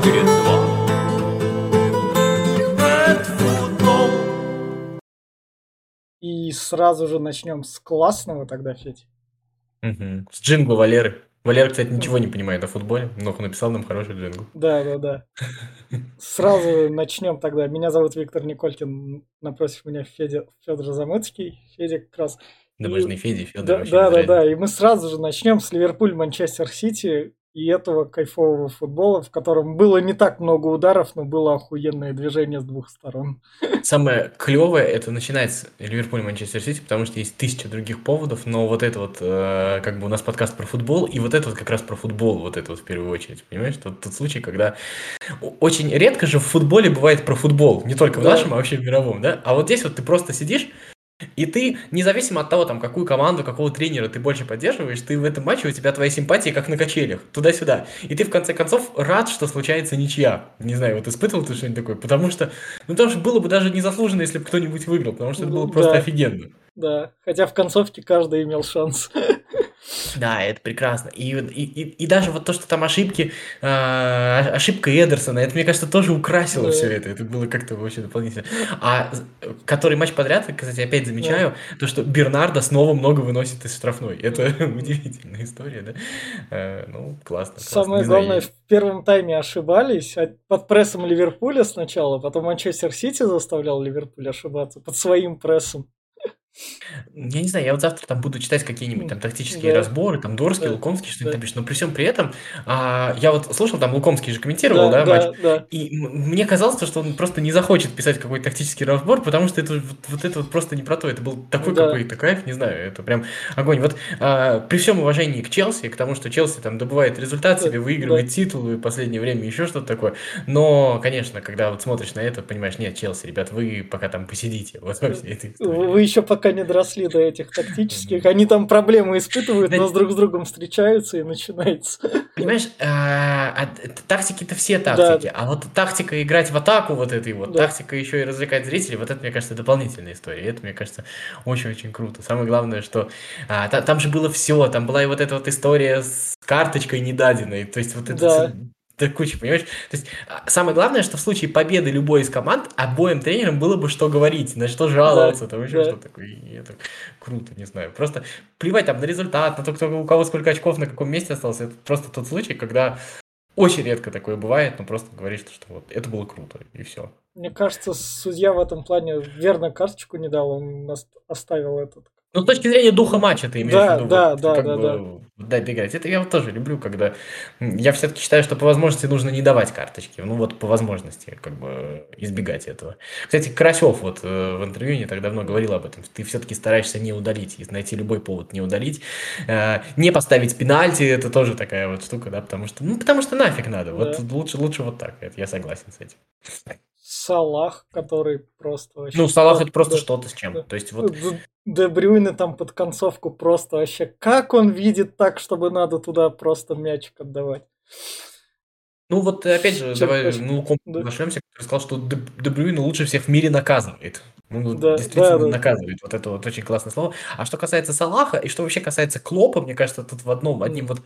4-2. И сразу же начнем с классного тогда, Федь. С джингла Валеры. Валера, кстати, ничего не понимает о футболе, но написал нам хороший джингл. Да. Сразу начнем тогда. Меня зовут Виктор Николькин, напротив меня Федор Замыцкий. Федя как раз. Домашний Федя, Федор вообще без Да. разницы. И мы сразу же начнем с Ливерпуль-Манчестер Сити и этого кайфового футбола, в котором было не так много ударов, но было охуенное движение с двух сторон. Самое клевое, это начинается Ливерпуль Манчестер Сити, потому что есть 1000 других поводов, но вот это вот, как бы у нас подкаст про футбол, и вот это вот как раз про футбол, вот это вот в первую очередь, понимаешь? Тот случай, когда очень редко же в футболе бывает про футбол, не только в нашем, а вообще в мировом, да? А вот здесь вот ты просто сидишь, и ты, независимо от того, там, какую команду, какого тренера ты больше поддерживаешь, ты в этом матче, у тебя твои симпатии как на качелях, туда-сюда. И ты, в конце концов, рад, что случается ничья. Не знаю, вот испытывал ты что-нибудь такое? Потому что было бы даже незаслуженно, если бы кто-нибудь выиграл, потому что это было просто офигенно. Да, хотя в концовке каждый имел шанс. Да, это прекрасно. И даже вот то, что там ошибка Эдерсона, это, мне кажется, тоже украсило все это. Это было как-то вообще дополнительно. А который матч подряд, кстати, опять замечаю, то, что Бернардо снова много выносит из штрафной. Это удивительная история, да? Ну, классно. Самое главное, в первом тайме ошибались под прессом Ливерпуля сначала, потом Манчестер Сити заставлял Ливерпуль ошибаться под своим прессом. Я не знаю, я вот завтра там буду читать какие-нибудь там тактические разборы, там Дорский, Лукомский, что-нибудь там пишет, но при всем при этом, я вот слушал, там Лукомский же комментировал, матч, и мне казалось, что он просто не захочет писать какой-то тактический разбор, потому что это просто не про то, это был такой какой-то кайф, не знаю, это прям огонь. Вот при всем уважении к Челси, к тому, что Челси там добывает результат себе, выигрывает титулы в последнее время, еще что-то такое, но, конечно, когда вот смотришь на это, понимаешь, нет, Челси, ребят, вы пока там посидите, вот во всей этой истории. Вы еще пока не доросли до этих тактических, они там проблемы испытывают, но друг с другом встречаются и начинается. Понимаешь, тактики-то все тактики, а вот тактика играть в атаку вот этой вот, тактика еще и развлекать зрителей, вот это, мне кажется, дополнительная история, это, мне кажется, очень-очень круто. Самое главное, что там же было все, там была и вот эта вот история с карточкой недаденной, то есть вот это... Да куча, понимаешь? То есть самое главное, что в случае победы любой из команд обоим тренерам было бы что говорить, на что жаловаться, там еще что-то такое. И это круто, не знаю. Просто плевать там на результат, на то, у кого сколько очков, на каком месте остался. Это просто тот случай, когда очень редко такое бывает, но просто говоришь, что вот это было круто, и все. Мне кажется, судья в этом плане верно карточку не дал, он оставил этот. Ну, с точки зрения духа матча ты имеешь в виду, да. Дать играть. Это я вот тоже люблю, когда... Я все-таки считаю, что по возможности нужно не давать карточки. Ну, вот по возможности, как бы, избегать этого. Кстати, Карасев вот в интервью не так давно говорил об этом. Ты все-таки стараешься не удалить, и найти любой повод не удалить. Не поставить пенальти, это тоже такая вот штука, да, потому что нафиг надо. Вот лучше вот так. Я согласен с этим. Салах, который просто вообще... Ну, Салах это просто что-то с чем. То есть вот... Де Брюйне там под концовку просто вообще... Как он видит так, чтобы надо туда просто мячик отдавать? Ну вот опять же, давай нашлемся, который сказал, что Де Брюйне лучше всех в мире наказывает. Действительно наказывает. Вот это вот очень классное слово. А что касается Салаха, и что вообще касается Клопа, мне кажется, тут в одном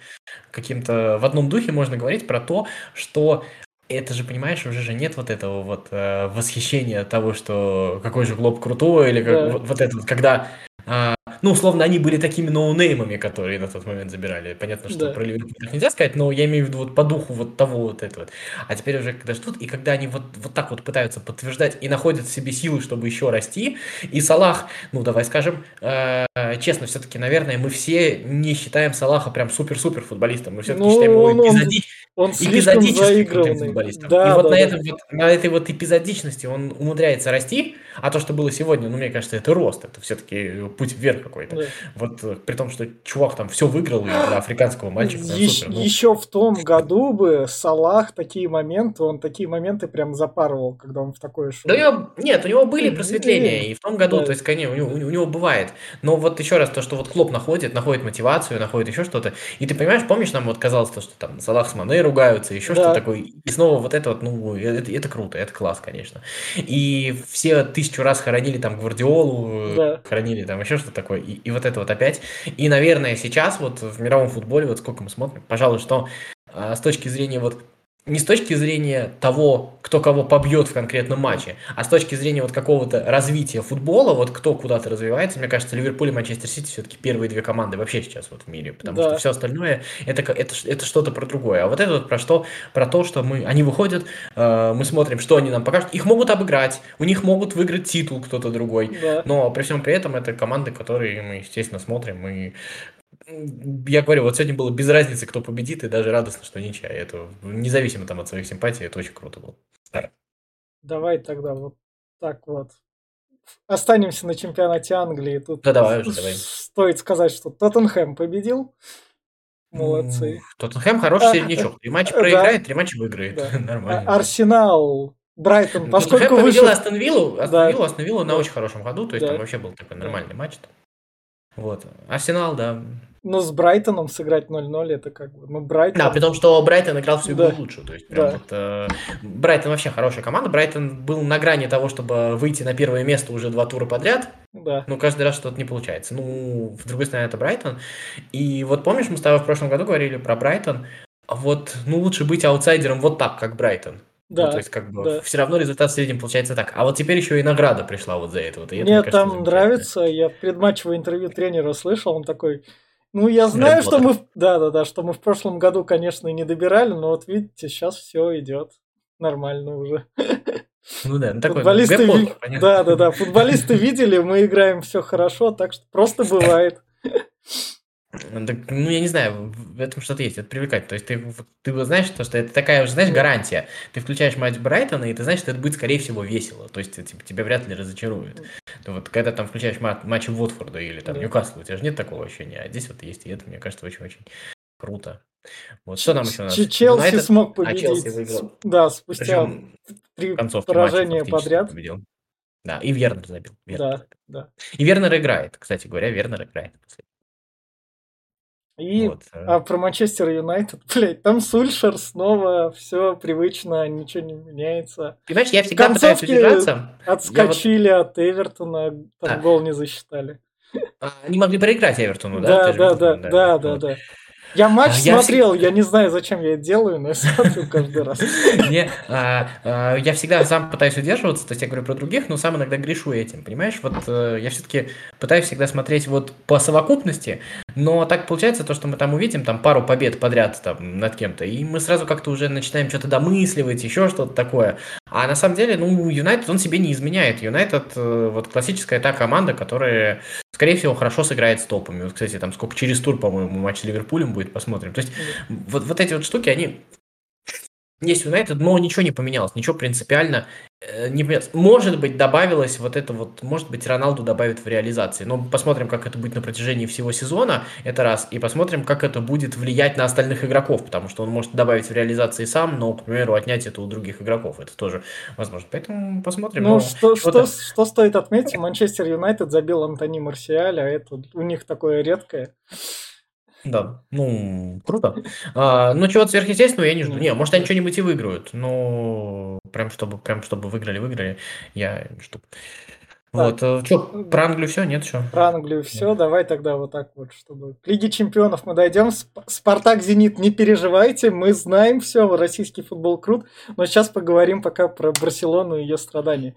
духе можно говорить про то, что это же, понимаешь, уже же нет вот этого вот восхищения того, что какой же Клоп крутой, или вот это вот, когда... Ну, условно, они были такими ноунеймами, которые на тот момент забирали. Понятно, что про Ливерпуль так нельзя сказать, но я имею в виду вот по духу вот того вот этого. А теперь уже когда ждут, и когда они вот так вот пытаются подтверждать и находят в себе силы, чтобы еще расти, и Салах, ну, давай скажем, честно, все-таки, наверное, мы все не считаем Салаха прям супер-супер футболистом. Мы все-таки считаем его эпизодическим крутым футболистом. И вот на этой вот эпизодичности он умудряется расти, а то, что было сегодня, ну, мне кажется, это рост, это все-таки путь вверх какой-то. Вот при том, что чувак там все выиграл, и для африканского мальчика прям супер. Еще в том году бы Салах он такие моменты прям запарывал, когда он в такое шоу. Да у него были просветления, и в том году, то есть, конечно, у него бывает. Но вот еще раз, то, что вот Клоп находит мотивацию, находит еще что-то, и ты понимаешь, помнишь, нам вот казалось, что там Салах с Мане ругаются, еще что-то такое, и снова вот это вот, ну, это круто, это класс, конечно. И все 1000 раз хоронили там Гвардиолу, хоронили там еще что-то такое, и вот это вот опять. И, наверное, сейчас вот в мировом футболе, вот сколько мы смотрим, пожалуй, что с точки зрения вот не с точки зрения того, кто кого побьет в конкретном матче, а с точки зрения вот какого-то развития футбола, вот кто куда-то развивается, мне кажется, Ливерпуль и Манчестер Сити все-таки первые две команды вообще сейчас вот в мире, потому что все остальное это что-то про другое. А вот это вот про то, что они выходят, мы смотрим, что они нам покажут. Их могут обыграть, у них могут выиграть титул кто-то другой, но при всем при этом это команды, которые мы, естественно, смотрим и я говорю, вот сегодня было без разницы, кто победит, и даже радостно, что ничья. Это независимо там от своих симпатий, это очень круто было. Давай тогда вот так вот. Останемся на чемпионате Англии. Тут давай. Стоит сказать, что Тоттенхэм победил. Молодцы. Тоттенхэм хороший середнячок. 3 матча проиграет, 3 матча выиграет. Нормально. Арсенал, Брайтон, поскольку победил Астон Виллу на очень хорошем ходу, то есть там вообще был такой нормальный матч. Вот. Арсенал, да. Ну, с Брайтоном сыграть 0-0, это как бы... Ну, Брайтон... Да, при том, что Брайтон играл всю игру лучше. То есть, прям вот, Брайтон вообще хорошая команда. Брайтон был на грани того, чтобы выйти на первое место уже 2 тура подряд. Да. Но каждый раз что-то не получается. Ну, с другой стороны, это Брайтон. И вот помнишь, мы с тобой в прошлом году говорили про Брайтон. Вот, ну, лучше быть аутсайдером вот так, как Брайтон. Да, ну, то есть, как бы, все равно результат в среднем получается так. А вот теперь еще и награда пришла вот за это. Вот, и мне это, там нравится, я предматчевое интервью тренера слышал, он такой... Ну, я знаю, что мы... что мы в прошлом году, конечно, не добирали, но вот видите, сейчас все идет нормально уже. Ну да, такой футболисты, футболисты видели, мы играем все хорошо, так что просто бывает. Ну, я не знаю, в этом что-то есть, это привлекательно. То есть ты знаешь, что это такая уже, знаешь, гарантия. Ты включаешь матч Брайтона, и ты знаешь, что это будет, скорее всего, весело. То есть тебя вряд ли разочарует. Вот когда там включаешь матчи Уотфорда или там Ньюкасла, у тебя же нет такого ощущения. А здесь вот есть, и это, мне кажется, очень-очень круто. Вот что нам еще у нас? Челси смог победить. Челси выиграл. Да, спустя 3 поражения подряд. Победил. Да, и Вернер забил. Да. И Вернер играет, кстати говоря, И про Манчестер Юнайтед, блядь, там Сульшер снова все привычно, ничего не меняется. Понимаешь, я всегда пытаюсь удержаться. Отскочили от Эвертона, там гол не засчитали. Они могли проиграть Эвертону, да? Да. Я матч смотрел, я не знаю, зачем я это делаю, но я смотрю каждый раз. Я всегда сам пытаюсь удерживаться, то есть я говорю про других, но сам иногда грешу этим, понимаешь? Вот я все-таки пытаюсь всегда смотреть вот по совокупности, но так получается то, что мы там увидим там пару побед подряд там над кем-то, и мы сразу как-то уже начинаем что-то домысливать, еще что-то такое. А на самом деле, ну, Юнайтед, он себе не изменяет. Юнайтед, вот классическая та команда, которая, скорее всего, хорошо сыграет с топами. Вот, кстати, там сколько через тур, по-моему, матч с Ливерпулем будет, посмотрим. То есть вот эти вот штуки, они есть Юнайтед, но ничего не поменялось, ничего принципиально не поменялось. Может быть, добавилось вот это вот, может быть, Роналду добавит в реализации. Но посмотрим, как это будет на протяжении всего сезона, это раз. И посмотрим, как это будет влиять на остальных игроков, потому что он может добавить в реализации сам, но, к примеру, отнять это у других игроков. Это тоже возможно. Поэтому посмотрим. Ну, что стоит отметить, Манчестер Юнайтед забил Антони Марсиаль, а это у них такое редкое. Да, ну, круто. Ну, чего-то сверхъестественного я не жду. Не, может, они что-нибудь и выиграют, но прям чтобы выиграли, я жду. Вот, что, про Англию все, нет еще? Про Англию все, давай тогда вот так вот, чтобы... К Лиге Чемпионов мы дойдем. Спартак, Зенит, не переживайте, мы знаем все, российский футбол крут, но сейчас поговорим пока про Барселону и ее страдания.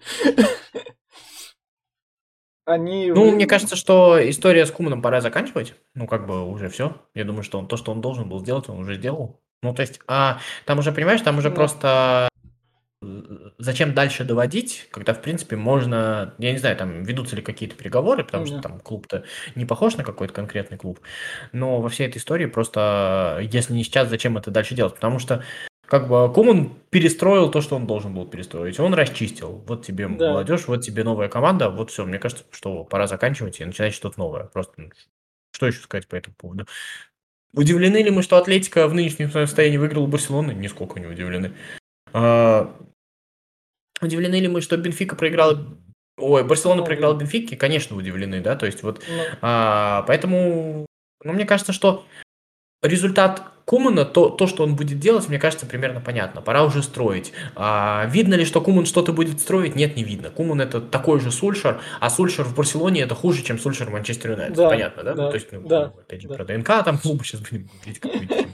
Ну, мне кажется, что история с Куманом пора заканчивать. Ну, как бы уже все. Я думаю, что то, что он должен был сделать, он уже сделал. Ну, то есть, там уже, понимаешь, там уже просто зачем дальше доводить, когда, в принципе, можно, я не знаю, там ведутся ли какие-то переговоры, потому что там клуб-то не похож на какой-то конкретный клуб. Но во всей этой истории просто, если не сейчас, зачем это дальше делать? Потому что как бы Куман перестроил то, что он должен был перестроить. Он расчистил. Вот тебе молодежь, вот тебе новая команда. Вот все. Мне кажется, что пора заканчивать и начинать что-то новое. Просто что еще сказать по этому поводу? Удивлены ли мы, что Атлетико в нынешнем состоянии выиграл Барселону? Нисколько не удивлены. Удивлены ли мы, что Бенфика проиграла... Барселона проиграла Бенфике? Конечно, удивлены, да? То есть вот... Поэтому... мне кажется, что результат Кумана, то, что он будет делать, мне кажется, примерно понятно. Пора уже строить. Видно ли, что Куман что-то будет строить? Нет, не видно. Куман это такой же Сульшер, а Сульшер в Барселоне это хуже, чем Сульшер в Манчестер Юнайтед. Понятно, да? То есть, опять же, про ДНК там клуба сейчас будем говорить, как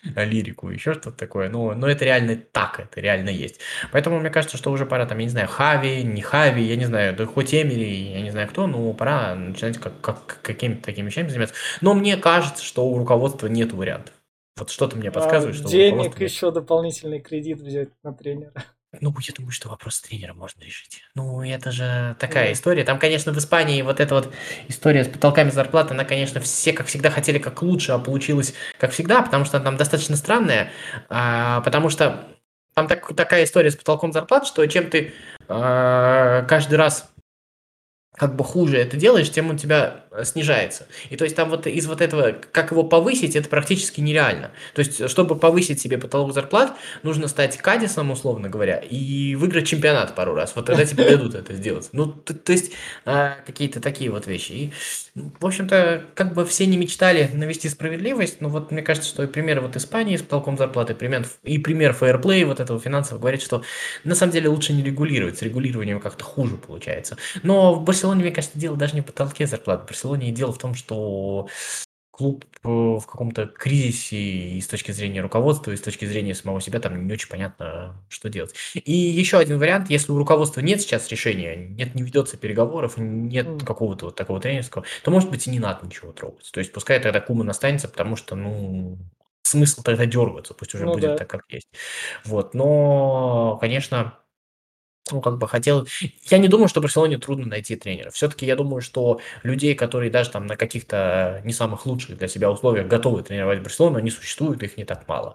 лирику, еще что-то такое. Но это реально так, это реально есть. Поэтому мне кажется, что уже пора, там, я не знаю, Хави, не Хави, я не знаю, да хоть Эмери, я не знаю кто, но пора начинать какими-то такими вещами заниматься. Но мне кажется, что у руководства нет вариантов. Вот что-то мне А подсказывает, что у денег руководства нет. еще дополнительный кредит взять на тренера. Ну, я думаю, что вопрос с тренером можно решить. Ну, это же такая Да. история. Там, конечно, в Испании вот эта вот история с потолками зарплат, она, конечно, все, как всегда, хотели как лучше, а получилось как всегда, потому что она там достаточно странная, потому что там такая история с потолком зарплат, что чем ты каждый раз как бы хуже это делаешь, тем он у тебя снижается. И то есть там вот из вот этого, как его повысить, это практически нереально. То есть, чтобы повысить себе потолок зарплат, нужно стать Кадисом, условно говоря, и выиграть чемпионат пару раз. Вот тогда тебе дадут это сделать. Ну, то есть, какие-то такие вот вещи. И, в общем-то, как бы все не мечтали навести справедливость, но вот мне кажется, что и пример вот Испании с потолком зарплаты, пример фейерплей вот этого финансового говорит, что на самом деле лучше не регулировать. С регулированием как-то хуже получается. Но в Барселоне, мне кажется, дело даже не в потолке зарплат. В Барселоне дело в том, что клуб в каком-то кризисе и с точки зрения руководства, и с точки зрения самого себя, там не очень понятно, что делать. И еще один вариант, если у руководства нет сейчас решения, не ведется переговоров, нет какого-то вот такого тренерского, то, может быть, и не надо ничего трогать. То есть пускай тогда Куман останется, потому что, смысл тогда дергаться, пусть уже будет так, как есть. Вот, но, конечно, как бы хотел... Я не думаю, что Барселоне трудно найти тренера. Все-таки я думаю, что людей, которые даже там на каких-то не самых лучших для себя условиях готовы тренировать Барселону, они существуют, их не так мало.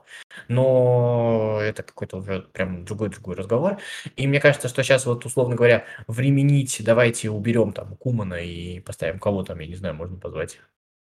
Но это какой-то уже прям другой разговор. И мне кажется, что сейчас вот, условно говоря, временить, давайте уберем там Кумана и поставим кого там, я не знаю, можно позвать.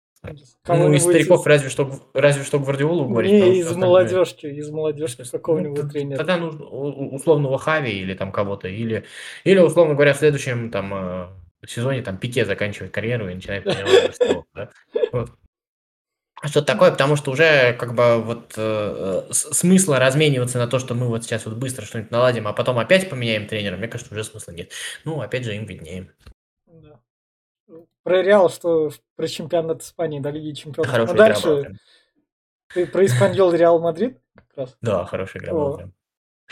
Из стариков разве что Гвардиолу говорить, потому Не, что из остальное... молодежки какого-нибудь тренера. Тогда нужно условного Хави или там кого-то, или условно говоря, в следующем там сезоне там Пике заканчивает карьеру и начинает тренировать Барселону, да? Вот. Что-то такое, потому что уже как бы вот смысла размениваться на то, что мы вот сейчас вот быстро что-нибудь наладим, а потом опять поменяем тренера, мне кажется, уже смысла нет. Ну, опять же, им виднее. Да. Про Реал, что про чемпионат Испании до Лиги Чемпионов. Хорошая Ну, игра была дальше прям. ты про Испаньол Реал Мадрид как раз? Да, хорошая игра была прям.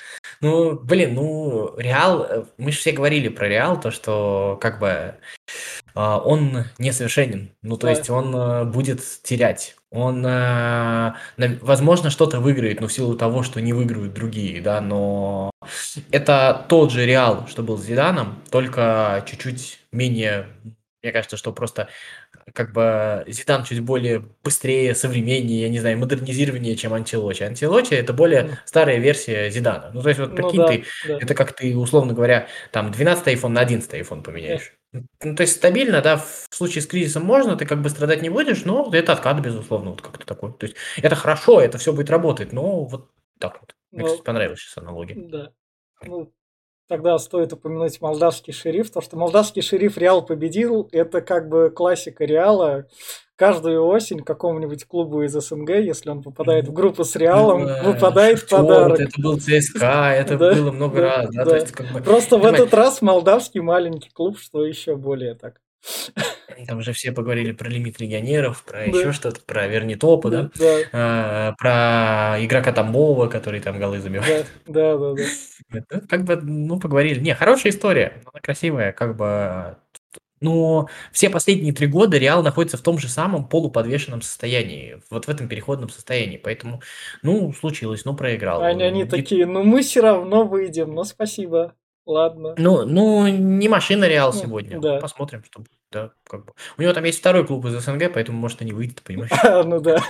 Реал, мы же все говорили про Реал, то, что как бы он несовершенен. То есть он будет терять. Он, возможно, что-то выиграет, но в силу того, что не выиграют другие, да, но это тот же Реал, что был с Зиданом, только чуть-чуть менее, мне кажется, что просто как бы Зидан чуть более быстрее, современнее, я не знаю, модернизированнее, чем Анчелотти. Анчелотти это более старая версия Зидана. То есть вот прикинь, ты, это как ты, условно говоря, там 12-й iPhone на 11-й iPhone поменяешь. То есть стабильно, да, в случае с кризисом можно, ты как бы страдать не будешь, но это откат, безусловно, вот как-то такой. То есть это хорошо, это все будет работать, но вот так вот. Мне, кстати, понравилась сейчас аналогия. Да. Тогда стоит упомянуть молдавский шериф, то что молдавский шериф Реал победил, это как бы классика Реала. Каждую осень какому-нибудь клубу из СНГ, если он попадает в группу с Реалом, выпадает подарок. Это был ЦСКА, это было много раз. Да? То есть, как бы, просто в этот раз молдавский маленький клуб, что еще более так. Там уже все поговорили про лимит легионеров, про еще что-то, про Вернитопа, да? Про игрока Тамбова, который там голы забивает. Да. Как бы, поговорили. Не, хорошая история, она красивая, как бы... Но все последние 3 года Реал находится в том же самом полуподвешенном состоянии, вот в этом переходном состоянии. Поэтому, случилось, проиграл. Они такие, мы все равно выйдем, спасибо. Ладно. Не машина Реал сегодня. Да. Посмотрим, что будет. Да, как бы. У него там есть второй клуб из СНГ, поэтому, может, и не выйдет, понимаешь? Да.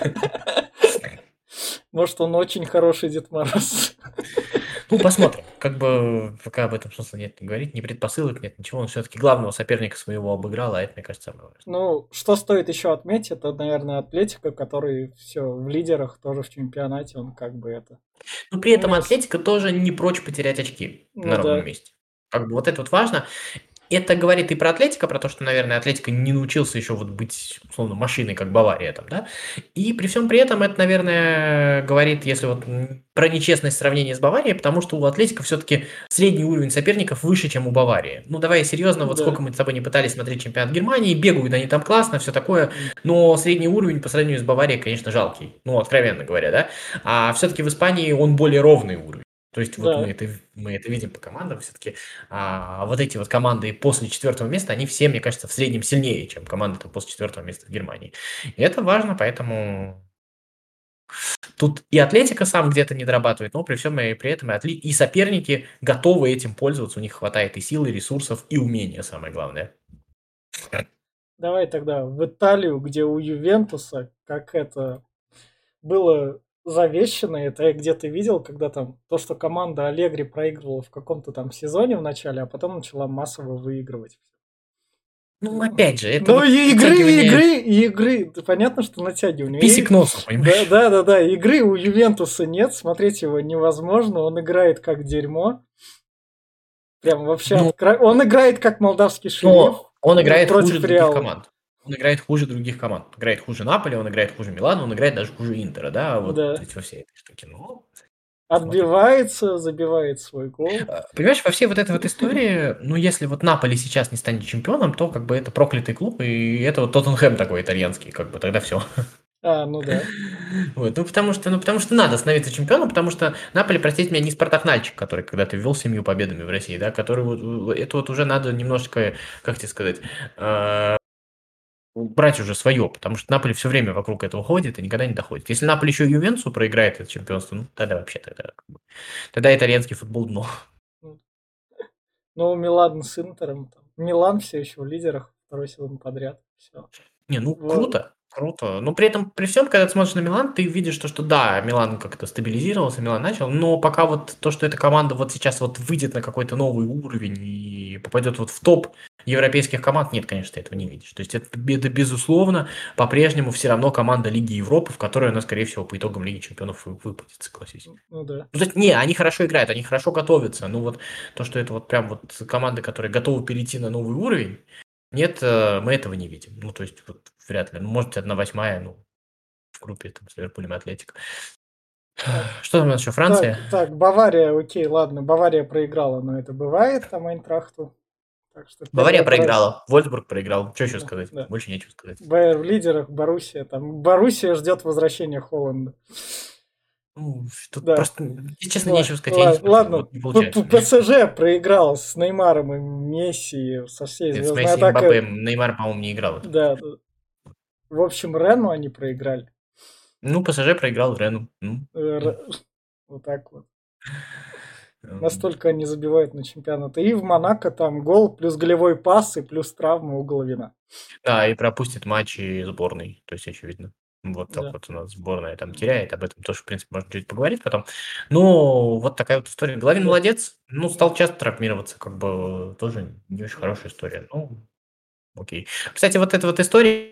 Может, он очень хороший Дед Мороз. Посмотрим. Как бы пока об этом смысла нет говорить, ни предпосылок нет, ничего. Он все-таки главного соперника своего обыграл, а это, мне кажется, самое важное. Что стоит еще отметить, это, наверное, Атлетико, который все в лидерах, тоже в чемпионате, он как бы это... При этом Атлетико тоже не прочь потерять очки на ровном месте. Как бы вот это вот важно. это говорит и про Атлетико, про то, что, наверное, Атлетико не научился еще вот быть, условно, машиной, как Бавария там, да. И при всем при этом это, наверное, говорит, если вот про нечестность сравнения с Баварией, потому что у Атлетико все-таки средний уровень соперников выше, чем у Баварии. Ну, давай серьезно, вот сколько мы с тобой не пытались смотреть чемпионат Германии, бегают они там классно, все такое, но средний уровень по сравнению с Баварией, конечно, жалкий, ну, откровенно говоря, да. А все-таки в Испании он более ровный уровень. То есть вот мы это видим по командам все-таки. Вот эти вот команды после 4-го места, они все, мне кажется, в среднем сильнее, чем команды после 4-го места в Германии. И это важно, поэтому тут и Атлетика сам где-то не дорабатывает, но при всем и при этом и соперники готовы этим пользоваться, у них хватает и сил, и ресурсов, и умения, самое главное. Давай тогда в Италию, где у Ювентуса, как это было завещано, это я где-то видел, когда там то, что команда Аллегри проигрывала в каком-то там сезоне в начале, а потом начала массово выигрывать. Ну, опять же, это ну, вот игры. Понятно, что натягивание. Писик носу, понимаешь? Да. Игры у Ювентуса нет, смотреть его невозможно. Он играет как дерьмо. Прям вообще. Он играет как молдавский шериф. Он играет хуже других команд. Он играет хуже других команд. Он играет хуже Наполи, он играет хуже Милана, он играет даже хуже Интера, да? Вот во всей этой штуке. Отбивается, забивает свой гол. Понимаешь, во всей вот этой вот истории, ну, если вот Наполи сейчас не станет чемпионом, то как бы это проклятый клуб, и это вот Тоттенхэм такой итальянский, как бы тогда все. Ну да. Вот, потому что надо становиться чемпионом, потому что Наполи, простите меня, не Спартак Нальчик, который когда-то ввел 7 победами в России, да, который это вот уже надо немножечко, как тебе сказать, брать уже свое, потому что Наполи все время вокруг этого ходит и никогда не доходит. Если Наполи еще и Ювентусу проиграет это чемпионство, ну тогда вообще тогда итальянский футбол дно. Ну, Милан с Интером. Милан все еще в лидерах второй сезон подряд. Все. Не, ну круто. Но при этом, при всем, когда ты смотришь на Милан, ты видишь, что да, Милан как-то стабилизировался, Милан начал, но пока вот то, что эта команда вот сейчас вот выйдет на какой-то новый уровень и попадет вот в топ европейских команд, нет, конечно, ты этого не видишь. То есть это безусловно, по-прежнему все равно команда Лиги Европы, в которой она, скорее всего, по итогам Лиги Чемпионов выпадет, согласись. Ну да. Не, они хорошо играют, они хорошо готовятся, но вот то, что это вот прям вот команды, которые готовы перейти на новый уровень, нет, мы этого не видим. Ну, то есть, вот вряд ли. Ну, может, 1/8, ну, в группе там с Ливерпулем и Атлетико. Что там у нас еще? Франция? Так, Бавария, окей, ладно, Бавария проиграла, но это бывает там Айнтрахту. Бавария проиграла, Вольсбург проиграл. Что еще сказать? Да. Больше нечего сказать. Байер в лидерах, Боруссия. Там Боруссия ждет возвращения Холланда. Ну, тут просто, честно, нечего сказать. Ладно, ПСЖ проиграл с Неймаром и Месси, со всей звездной атакой. Неймар, по-моему, не играл. Да. В общем, Рену они проиграли. Ну, ПСЖ проиграл Рену. Вот так вот. Настолько они забивают на чемпионат. И в Монако там гол, плюс голевой пас и плюс травма у Головина. Да, и пропустит матчи сборной. То есть, очевидно. Вот так вот у нас сборная там теряет. Об этом тоже, в принципе, можно чуть поговорить потом. Но вот такая вот история. Головин молодец. Ну, стал часто травмироваться. Как бы тоже не очень хорошая история. Ну, окей. Кстати, вот эта вот история.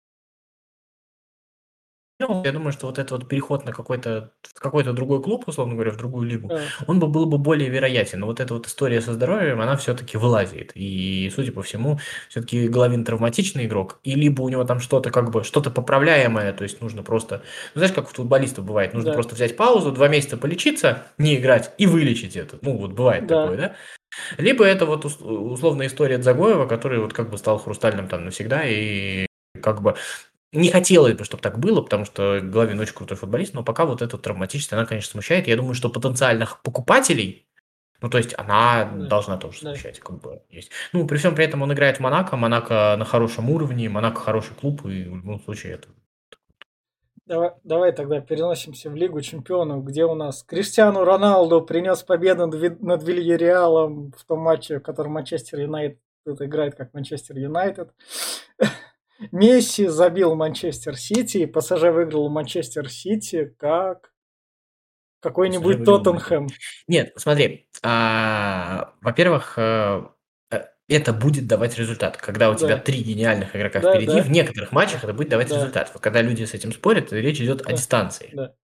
Я думаю, что вот этот вот переход на какой-то другой клуб, условно говоря, в другую лигу, он был бы более вероятен. Но вот эта вот история со здоровьем, она все-таки вылазит. И, судя по всему, все-таки Головин травматичный игрок. И либо у него там что-то что-то поправляемое, то есть нужно просто... Ну, знаешь, как у футболистов бывает, нужно просто взять паузу, 2 месяца полечиться, не играть и вылечить это. Ну, вот бывает такое, да? Либо это вот условная история Дзагоева, который вот как бы стал хрустальным там навсегда и как бы... Не хотелось бы, чтобы так было, потому что Головин очень крутой футболист, но пока вот эта травматичность, она, конечно, смущает. Я думаю, что потенциальных покупателей, ну, то есть она должна тоже смущать, как бы есть. Ну, при всем при этом он играет в Монако, Монако на хорошем уровне, Монако хороший клуб, и в любом случае это... Давай тогда переносимся в Лигу Чемпионов, где у нас Криштиану Роналду принес победу над Вильяреалом в том матче, в котором Манчестер Юнайтед играет как Манчестер Юнайтед. Месси забил Манчестер Сити, и ПСЖ выиграл Манчестер Сити как какой-нибудь Тоттенхэм. Нет, смотри, во-первых, это будет давать результат. Когда у тебя 3 гениальных игрока впереди, в некоторых матчах это будет давать результат. Когда люди с этим спорят, речь идет о дистанции.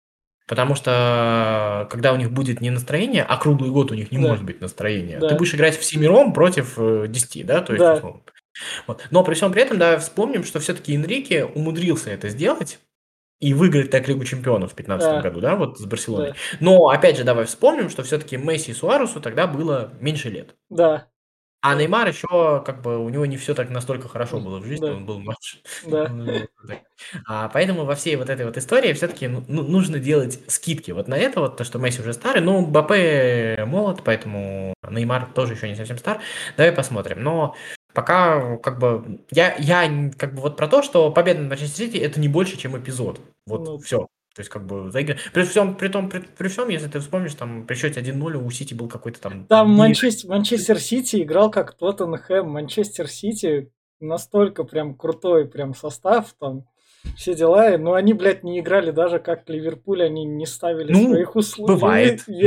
Потому что когда у них будет не настроение, а круглый год у них не Да, может быть настроения, ты да, будешь играть всемиром против 10, да, то есть да, условно. Вот. Но при всем при этом, да, вспомним, что все-таки Энрике умудрился это сделать и выиграть так Лигу Чемпионов в 2015 а, году, да, вот с Барселоной. да, Но опять же, давай вспомним, что все-таки Месси и Суаресу тогда было меньше лет. да, А да, Неймар еще, как бы, у него не все так настолько хорошо было в жизни, да, он был младше. да. Поэтому во всей вот этой вот истории все-таки нужно делать скидки вот на это вот, то, что Месси уже старый, но Мбаппе молод, поэтому Неймар тоже еще не совсем стар. Давай посмотрим. Но пока, как бы, я как бы вот про то, что победа над Манчестер Сити это не больше, чем эпизод. Вот, Ну, все. То есть, как бы, при всем, если ты вспомнишь, там, при счете 1-0 у Сити был какой-то там там нереальный. Манчестер Сити играл как Тоттенхэм. Манчестер Сити настолько прям крутой прям состав, там все дела. Но они, блядь, не играли даже как Ливерпуль, они не ставили Ну, своих условий. бывает. И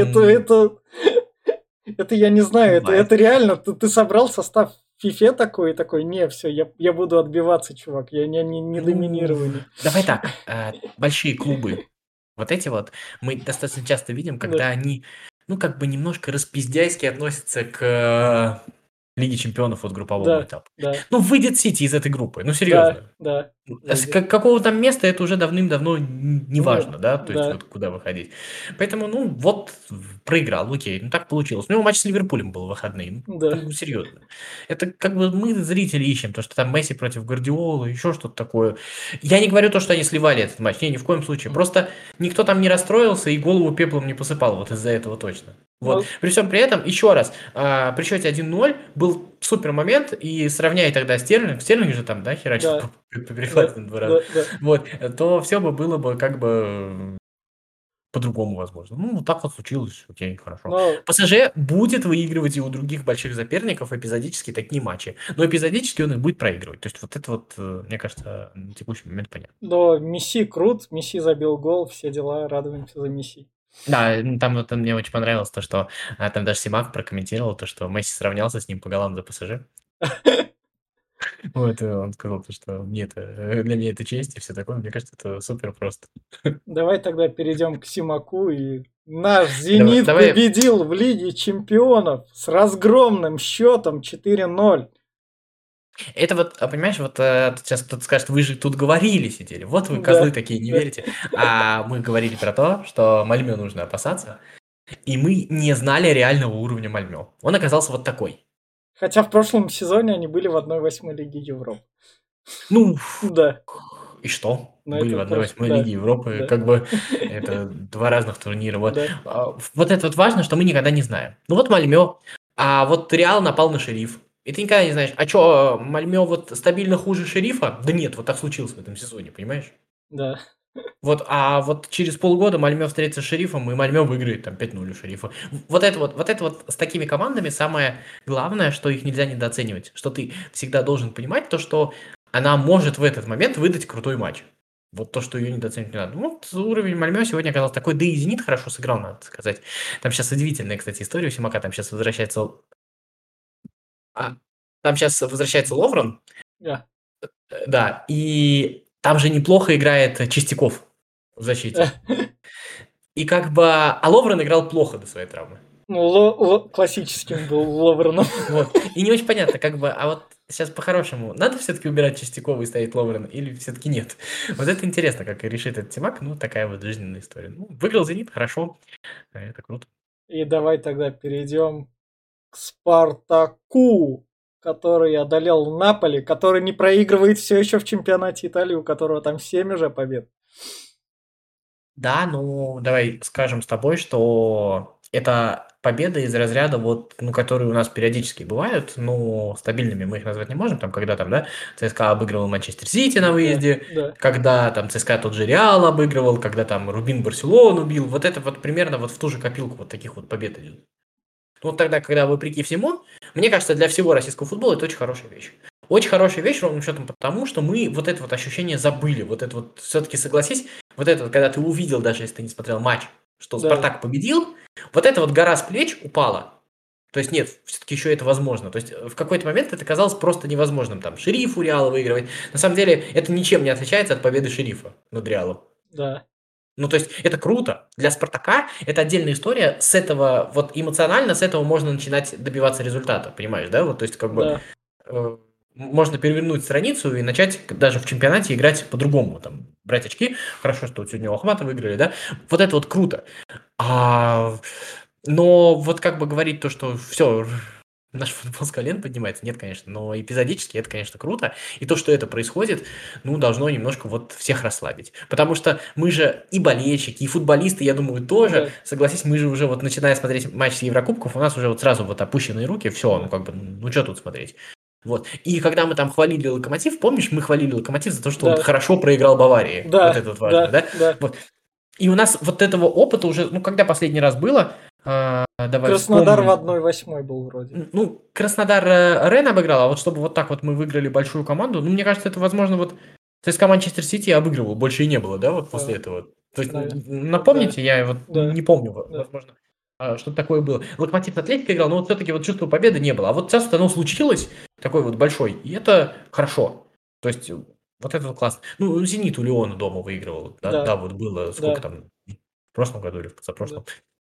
это я не знаю, Бывает. это реально, ты собрал состав в фифе такой, и такой, не, все, я буду отбиваться, чувак, я не Ну, доминированию. давай так, большие клубы, вот эти вот, мы достаточно часто видим, Да, когда они, ну, как бы немножко распиздяйски относятся к Лиге Чемпионов, вот групповому да, этапу. да, Ну, выйдет Сити из этой группы, ну, да, серьезно. да, С выйдет. какого там места это уже давным-давно не Не, важно, да, то есть да, вот куда выходить. Поэтому, ну, вот проиграл, окей, ну так получилось. У него матч с Ливерпулем был в выходные, да. ну, серьезно. Это как бы мы, зрители, ищем, то, что там Месси против Гвардиолы, еще что-то такое. Я не говорю то, что они сливали этот матч, не, ни в коем случае. Просто никто там не расстроился и голову пеплом не посыпал, вот из-за этого точно. Вот. Ну, При всем при этом, еще раз, при счете 1-0 был супер момент, и сравняй тогда Стерлинг же там, да, херачил да, по да, перехватам 2 раза, да, да. вот, то все бы было бы как бы по-другому, возможно. Ну, вот так вот случилось, окей, хорошо. Но, ПСЖ будет выигрывать и у других больших соперников эпизодически такие матчи, но эпизодически он их будет проигрывать. То есть вот это вот, мне кажется, на текущий момент понятно. но Месси крут, Месси забил гол, все дела, радуемся за Месси. Да, там вот мне очень понравилось то, что там даже Симак прокомментировал то, что Месси сравнялся с ним по голам за ПСЖ. Вот, и он сказал то, что для меня это честь и все такое. Мне кажется, это супер просто. Давай тогда перейдем к Симаку. И наш Давай, «Зенит» давай. победил в Лиге Чемпионов с разгромным счетом 4-0. Это вот, понимаешь, вот тут сейчас кто-то скажет, вы же тут говорили, сидели, вот вы козлы Да, такие, не да. верите. А мы говорили про то, что Мальмё нужно опасаться, и мы не знали реального уровня Мальмё. Он оказался вот такой. Хотя в прошлом сезоне они были в 1/8 Лиги Европы. Ну, Да, и что? но Были это в просто... 1/8 Да, Лиги Европы, да, как бы это два разных турнира. Вот, да, вот это вот важно, что мы никогда не знаем. Ну вот Мальмё, а вот Реал напал на Шериф. И ты никогда не знаешь, а что, Мальмё вот стабильно хуже Шерифа? Да нет, вот так случилось в этом сезоне, понимаешь? да. Вот, а вот через полгода Мальмё встретится с Шерифом, и Мальмё выиграет там 5-0 у Шерифа. Вот это вот с такими командами самое главное, что их нельзя недооценивать. Что ты всегда должен понимать то, что она может в этот момент выдать крутой матч. Вот то, что ее недооценивать не надо. Вот уровень Мальмё сегодня оказался такой, да и Зенит хорошо сыграл, надо сказать. Там сейчас удивительная, кстати, история у Симака, там сейчас возвращается... а, там сейчас возвращается Ловрен, Да. да, и там же неплохо играет Чистяков в защите. И как бы... А Ловрен играл плохо до своей травмы. Ну, классическим был Ловреном. Вот. И не очень понятно, как бы, а вот сейчас по-хорошему, надо все-таки убирать Чистякова и ставить Ловрена, или все-таки нет? Вот это интересно, как решит этот Тимак, ну, такая вот жизненная история. Ну, выиграл Зенит, хорошо, это круто. И давай тогда перейдем к Спартаку, который одолел Наполи, который не проигрывает все еще в чемпионате Италии, у которого там 7 уже побед. Да, ну, давай скажем с тобой, что это победы из разряда, вот, ну, которые у нас периодически бывают, но стабильными мы их назвать не можем, там, когда там, да, ЦСКА обыгрывал Манчестер Сити на Да, выезде, да, когда там ЦСКА тот же Реал обыгрывал, когда там Рубин Барселону бил, вот это вот примерно вот в ту же копилку вот таких вот побед идет. Вот тогда, когда вопреки всему, мне кажется, для всего российского футбола это очень хорошая вещь. Очень хорошая вещь, ровным счетом потому, что мы вот это вот ощущение забыли. Вот это вот, все-таки согласись, вот это вот, когда ты увидел, даже если ты не смотрел матч, что да, Спартак победил, вот эта вот гора с плеч упала. То есть нет, все-таки еще это возможно. То есть в какой-то момент это казалось просто невозможным. Там Шерифу Реала выигрывать. На самом деле это ничем не отличается от победы Шерифа над Реалом. да. Ну, то есть это круто. Для Спартака это отдельная история. С этого, вот эмоционально, с этого можно начинать добиваться результата, понимаешь, да? Вот, то есть как бы Да. можно перевернуть страницу и начать даже в чемпионате играть по-другому, там, брать очки. Хорошо, что вот сегодня у Ахмата выиграли, да? Вот это вот круто. Но вот как бы говорить то, что все, наш футбол с колен поднимается, нет, конечно, но эпизодически это, конечно, круто. И то, что это происходит, ну, должно немножко вот всех расслабить. Потому что мы же и болельщики, и футболисты, я думаю, тоже, Да. согласись, мы же уже вот начиная смотреть матч с Еврокубков, у нас уже вот сразу вот опущенные руки, все, ну, как бы, ну, что тут смотреть? Вот. И когда мы там хвалили Локомотив, помнишь, мы хвалили Локомотив за то, что он Да. хорошо проиграл Баварии. Вот Да. это вот важно, да? Да. Вот. И у нас вот этого опыта уже, ну, когда последний раз было, давай Краснодар в вспомним. 1/8 был вроде. Ну, Краснодар Рен обыграл, а вот чтобы вот так вот мы выиграли большую команду, ну, мне кажется, это, возможно, вот ЦСКА Манчестер Сити обыгрывал, больше и не было, да, вот после этого. То есть, напомните, я вот не помню, возможно, что такое было. Локомотив Атлетико играл, но вот все-таки вот чувства победы не было. А вот сейчас оно случилось, такой вот большой, и это хорошо. То есть, вот это вот классно. Ну, Зенит у Леона дома выигрывал, да, вот было, сколько там, в прошлом году или в позапрошлом.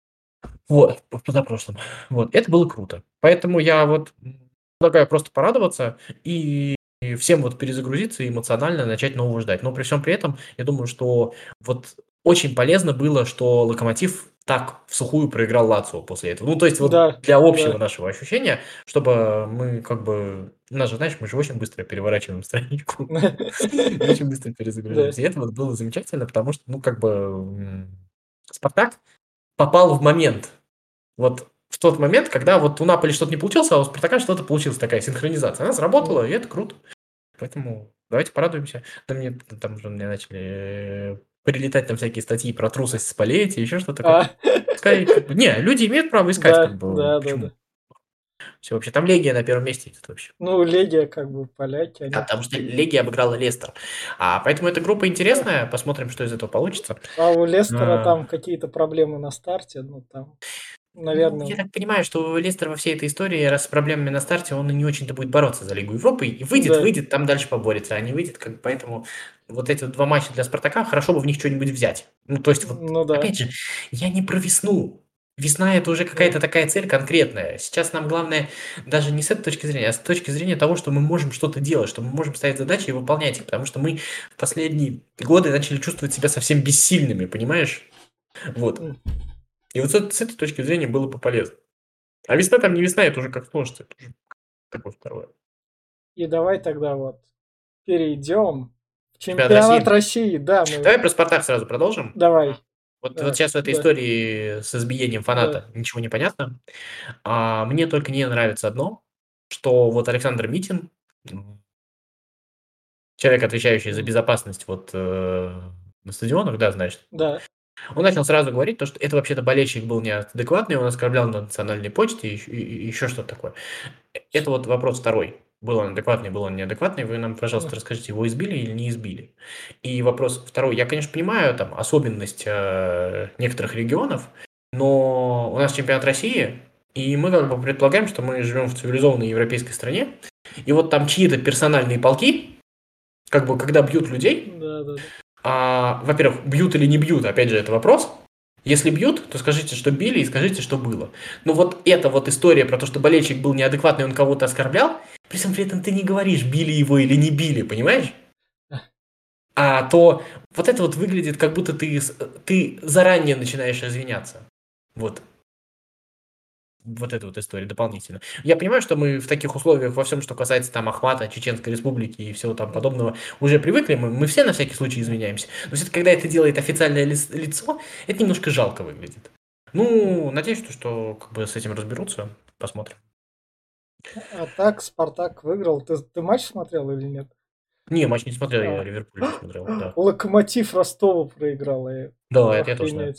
Вот, в позапрошлом. Вот, это было круто. Поэтому я вот предлагаю просто порадоваться и всем вот перезагрузиться и эмоционально начать нового ждать. Но при всем при этом, я думаю, что вот очень полезно было, что Локомотив так в сухую проиграл Лацио после этого. Ну, то есть вот для общего нашего ощущения, чтобы мы как бы... У нас же, знаешь, мы же очень быстро переворачиваем страничку. Очень быстро перезагружаемся. И это вот было замечательно, потому что, ну, как бы Спартак попал в момент. Вот в тот момент, когда вот у Наполи что-то не получилось, а у Спартака что-то получилось, такая синхронизация. Она сработала, и это круто. Поэтому давайте порадуемся. Да мне там уже мне начали прилетать там всякие статьи про трусость Спалетти, еще что-то такое. Пускай, как бы, не, люди имеют право искать, как бы, почему? Все вообще, там Легия на первом месте идет вообще. Ну, Легия, как бы, поляки. Да, потому что Легия обыграла Лестер. Поэтому эта группа интересная, посмотрим, что из этого получится. А у Лестера там какие-то проблемы на старте, ну, там... Наверное. Я так понимаю, что Лестер во всей этой истории, раз с проблемами на старте, он и не очень-то будет бороться за Лигу Европы. И выйдет, там дальше поборется, а не выйдет. Поэтому вот эти вот 2 матча для Спартака, хорошо бы в них что-нибудь взять. Ну, то есть, вот, опять же, я не про весну. Весна – это уже какая-то такая цель конкретная. Сейчас нам главное даже не с этой точки зрения, а с точки зрения того, что мы можем что-то делать, что мы можем ставить задачи и выполнять их. Потому что мы в последние годы начали чувствовать себя совсем бессильными, понимаешь? Вот. И вот с этой точки зрения было бы полезно. А весна там не весна, это уже как сложится. Это уже такое второе. И давай тогда вот перейдем в чемпионат России. Да, Давай про Спартак сразу продолжим. Давай. Вот сейчас в этой истории с избиением фаната ничего не понятно. Мне только не нравится одно, что вот Александр Митин, человек, отвечающий за безопасность вот на стадионах, да, значит, он начал сразу говорить, что это вообще-то болельщик был неадекватный, он оскорблял на национальной почте и еще что-то такое. Это вот вопрос второй. Был он адекватный, был он неадекватный. Вы нам, пожалуйста, расскажите, его избили или не избили. И вопрос второй. Я, конечно, понимаю там особенность некоторых регионов, но у нас чемпионат России, и мы как бы предполагаем, что мы живем в цивилизованной европейской стране, и вот там чьи-то персональные полки, как бы когда бьют людей, во-первых, бьют или не бьют, опять же, это вопрос. Если бьют, то скажите, что били, и скажите, что было. Но вот эта вот история про то, что болельщик был неадекватный, он кого-то оскорблял, при всем при этом ты не говоришь, били его или не били, понимаешь? То вот это вот выглядит, как будто ты заранее начинаешь извиняться. Вот. Вот эта вот история дополнительно. Я понимаю, что мы в таких условиях во всем, что касается там Ахмата, Чеченской Республики и всего там подобного, уже привыкли, мы все на всякий случай извиняемся. Но все-таки, когда это делает официальное лицо, это немножко жалко выглядит. Ну, надеюсь, что как бы с этим разберутся. Посмотрим. А так Спартак выиграл. Ты матч смотрел или нет? Не, матч не смотрел, я Ливерпуль не смотрел. Да. Локомотив Ростова проиграл. Да, это я тоже знаю.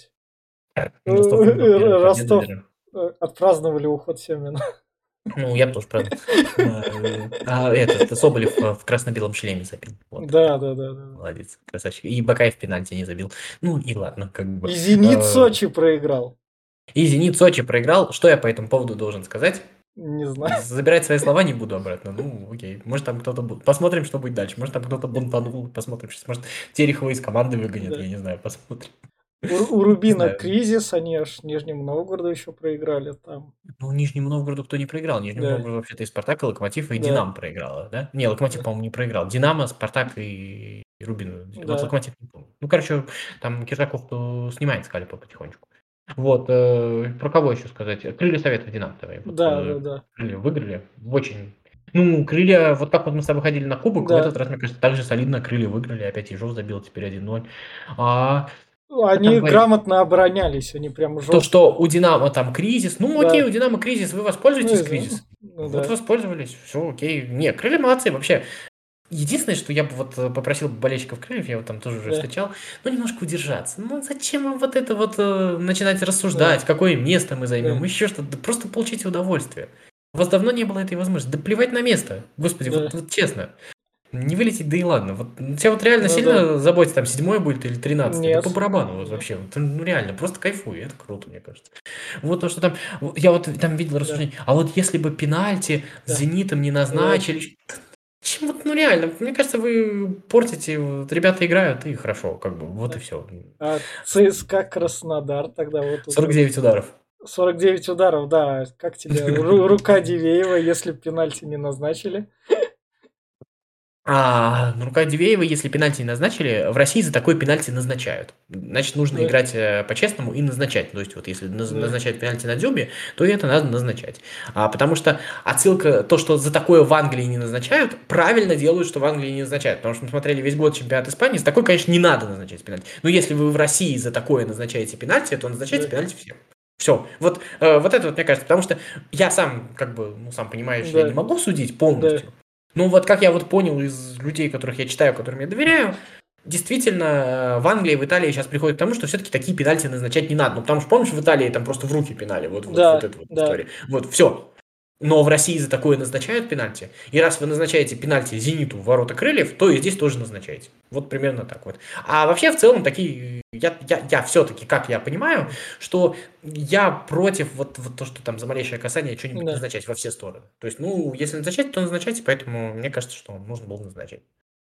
Ростов отпраздновали уход Семина. Ну, я бы тоже праздновал. Соболев в красно-белом шлеме забил. Вот. Да. Молодец, красавчик. И Бакаев пенальти не забил. Ну, и ладно, как бы. И Зенит Сочи проиграл. И Зенит Сочи проиграл. Что я по этому поводу должен сказать? Не знаю. Забирать свои слова не буду обратно. Ну, окей. Может, там кто-то... Посмотрим, что будет дальше. Может, там кто-то бунтанул. Посмотрим. Может, Терехова из команды выгонят. Да. Я не знаю. Посмотрим. У Не Рубина знаю. кризис, они аж Нижнему Новгороду еще проиграли там. Ну, Нижнему Новгороду кто не проиграл? Нижнему Да, Новгороду вообще-то и Спартак, и Локомотив, и да, Динамо проиграла, да? Не, Локомотив, да, по-моему, не проиграл. Динамо, Спартак и Рубин. Вот да, Локомотив не помню. Ну, короче, там Киржаков снимает скальпа потихонечку. Вот, про кого еще сказать? Крылья Советов Динамо, давай. Вот, да, да, да. крылья выиграли. Очень. Ну, крылья, вот как вот мы с тобой ходили на кубок, в Да. этот раз, мне кажется, так же солидно крылья выиграли. Опять Ежов забил теперь 1-0. А как там Они говорит? грамотно оборонялись, они прям То, жестко. что у Динамо там кризис, ну окей, Да. у Динамо кризис, вы Ну, воспользуетесь кризисом. ну Вот да. воспользовались, все окей. Не, крылья молодцы вообще. Единственное, что я бы вот попросил болельщиков крыльев, я вот там тоже уже Да. встречал, ну немножко удержаться. Ну зачем им вот это вот начинать рассуждать, Да. какое место мы займем, Да. еще что-то. Да просто получите удовольствие. У вас давно не было этой возможности. Да плевать на место. Господи, Да. вот честно. Не вылететь, да и ладно. Вот тебя вот реально Ну да. сильно заботит, там, 7-й будет или 13-й? Да по Нет. барабану вот Нет. вообще. Вот, ну реально, просто кайфуй, это круто, мне кажется. Вот то, что там, я вот там видел Да. рассуждение, а вот если бы пенальти с Да. Зенитом не Да. назначили, чем вот, ну реально, мне кажется, вы портите, вот ребята играют, и хорошо, как бы, вот и Да. все. А ЦСКА Краснодар тогда вот тут 49 ударов. 49 ударов, да. Как тебе рука Дивеева, если б пенальти не назначили? Ну, рука Дивеева, если пенальти не назначили, в России за такой пенальти назначают. Значит, нужно Да. играть по-честному и назначать. То есть, вот если Да. назначают пенальти на Дзюбе, то и это надо назначать. Потому что отсылка, то, что за такое в Англии не назначают, правильно делают, что в Англии не назначают. Потому что мы смотрели весь год чемпионат Испании, за такой, конечно, не надо назначать пенальти. Но если вы в России за такое назначаете пенальти, то назначайте Да. пенальти всем. Все. Вот это вот, мне кажется, потому что я сам, как бы, ну, сам понимаешь, я Да. не могу судить полностью. Да. Ну, вот как я вот понял из людей, которых я читаю, которым я доверяю, действительно, в Англии, в Италии сейчас приходит к тому, что все-таки такие пенальти назначать не надо. Ну, потому что, помнишь, в Италии там просто в руки пенали, вот Да. это вот Да. история. Вот, все. Но в России за такое назначают пенальти. И раз вы назначаете пенальти Зениту в ворота крыльев, то и здесь тоже назначаете. Вот примерно так вот. А вообще, в целом, такие... Я все-таки, как я понимаю, что я против вот то, что там за малейшее касание что-нибудь Да. назначать во все стороны. То есть, ну, если назначать, то назначайте, поэтому мне кажется, что нужно было назначать.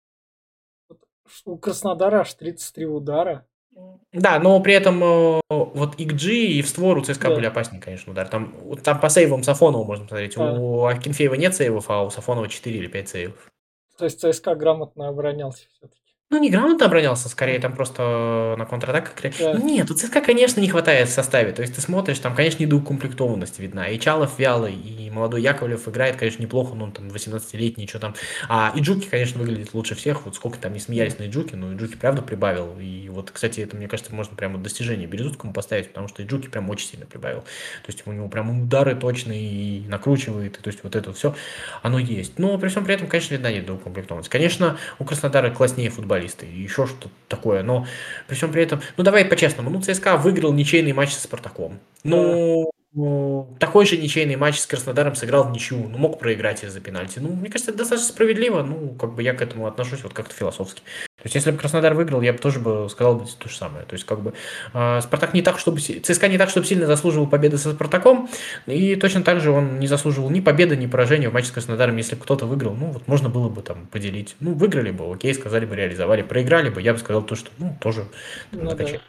У Краснодара аж 33 удара. Да, но при этом вот XG и в створ у ЦСКА Да. были опаснее, конечно, удар. Там по сейвам Сафонова можно посмотреть. У Акинфеева нет сейвов, а у Сафонова 4 или 5 сейвов. То есть ЦСКА грамотно оборонялся все-таки. Ну, не грамотно оборонялся, скорее там просто на контратаках. Да. Нет, у ЦСКА, конечно, не хватает в составе. То есть ты смотришь, там, конечно, недоукомплектованность видна. И Чалов вялый, и молодой Яковлев играет, конечно, неплохо, но он там 18-летний, что там. И Джуки, конечно, выглядит лучше всех. Вот сколько там не смеялись на Иджуки, но Иджуки правда прибавил. И вот, кстати, это, мне кажется, можно прямо достижение Березутскому поставить, потому что Иджуки прям очень сильно прибавил. То есть у него прям удары точные и накручивает, и, то есть вот это все, оно есть. Но при всем при этом, конечно, видна недоукомплектованность. Конечно, у Краснодара класснее футболисты, и еще что-то такое, но при всем при этом, ну давай по-честному, ну ЦСКА выиграл ничейный матч со Спартаком, ну такой же ничейный матч с Краснодаром сыграл в ничью, ну мог проиграть из-за пенальти, ну мне кажется, это достаточно справедливо, ну как бы я к этому отношусь вот как-то философски. То есть если бы Краснодар выиграл, я бы тоже бы сказал бы то же самое, то есть как бы Спартак не так, чтобы ЦСКА не так, чтобы сильно заслуживал победы со Спартаком, и точно так же он не заслуживал ни победы, ни поражения в матче с Краснодаром. Если бы кто-то выиграл, ну вот можно было бы там поделить. Ну, выиграли бы, окей, сказали бы, реализовали. Проиграли бы, я бы сказал то, что, ну, тоже закачали.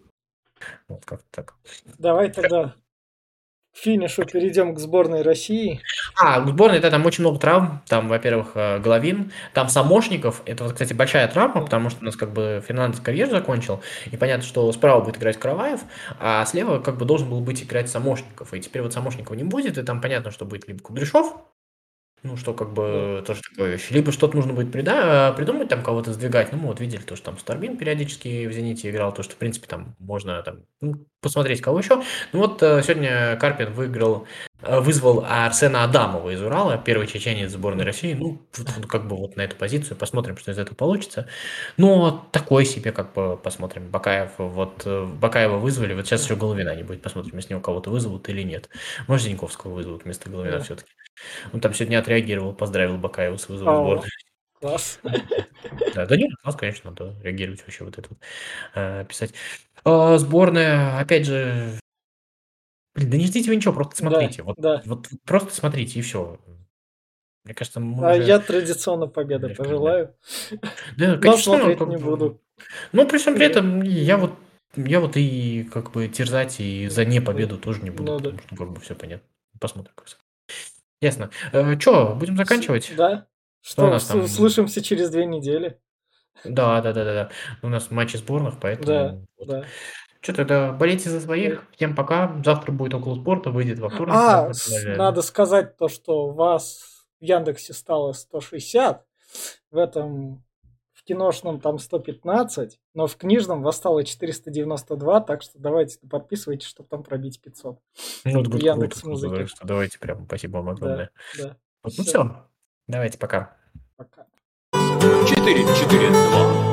Вот как-то так. Давай тогда к финишу перейдем к сборной России. К сборной, да, там очень много травм. Там, во-первых, Головин, там Самошников. Это, вот, кстати, большая травма, потому что у нас как бы Фернандес карьеру закончил. И понятно, что справа будет играть Караваев, а слева как бы должен был быть играть Самошников. И теперь вот Самошникова не будет, и там понятно, что будет либо Кудряшов, ну, что как бы тоже такая вещь. Либо что-то нужно будет придумать, там кого-то сдвигать. Ну, мы вот видели то, что там Старбин периодически в «Зените» играл, то, что, в принципе, там можно там, посмотреть, кого еще. Ну, вот сегодня Карпин вызвал Арсена Адамова из Урала, первый чеченец сборной России. Ну, как бы вот на эту позицию. Посмотрим, что из этого получится. Но такой себе, как бы, посмотрим. Бакаева вызвали. Вот сейчас еще Головина не будет. Посмотрим, если него кого-то вызовут или нет. Может, Зиньковского вызовут вместо Головина все-таки. Он там сегодня отреагировал, поздравил Бакаева с вызовом сборной. Класс. Да нет, класс, конечно, надо реагировать вообще вот это вот, писать. Сборная, опять же, Блин, да не ждите вы ничего, просто Да, смотрите. Вот, да. вот просто смотрите, и все. Мне кажется, мы уже Я традиционно победы в календаре. пожелаю, Да, но конечно, ну, смотреть как не бы. буду. Ну, при всем при Да, этом, я вот и как бы терзать и за непобеду тоже не буду, ну да. потому что как бы все понятно. Посмотрим, как всегда. Ясно. Че, будем заканчивать? Да. Что у Что, нас там? слышимся через 2 недели. Да, да, да, да, да. У нас матчи сборных, Да, поэтому вот. да. Что тогда, болейте за Да. своих. Всем пока. Завтра будет около спорта, выйдет во вторник на нашем канале. Надо сказать то, что у вас в Яндексе стало 160, в этом в киношном там 115, но в книжном вас стало 492, так что давайте подписывайтесь, чтобы там пробить 500 Ну, это в будет круто, Яндекс круто. Так Музыке. что давайте прям, спасибо вам Да, огромное. да. Вот, ну Все, все. Давайте, пока. пока. 4-4-2.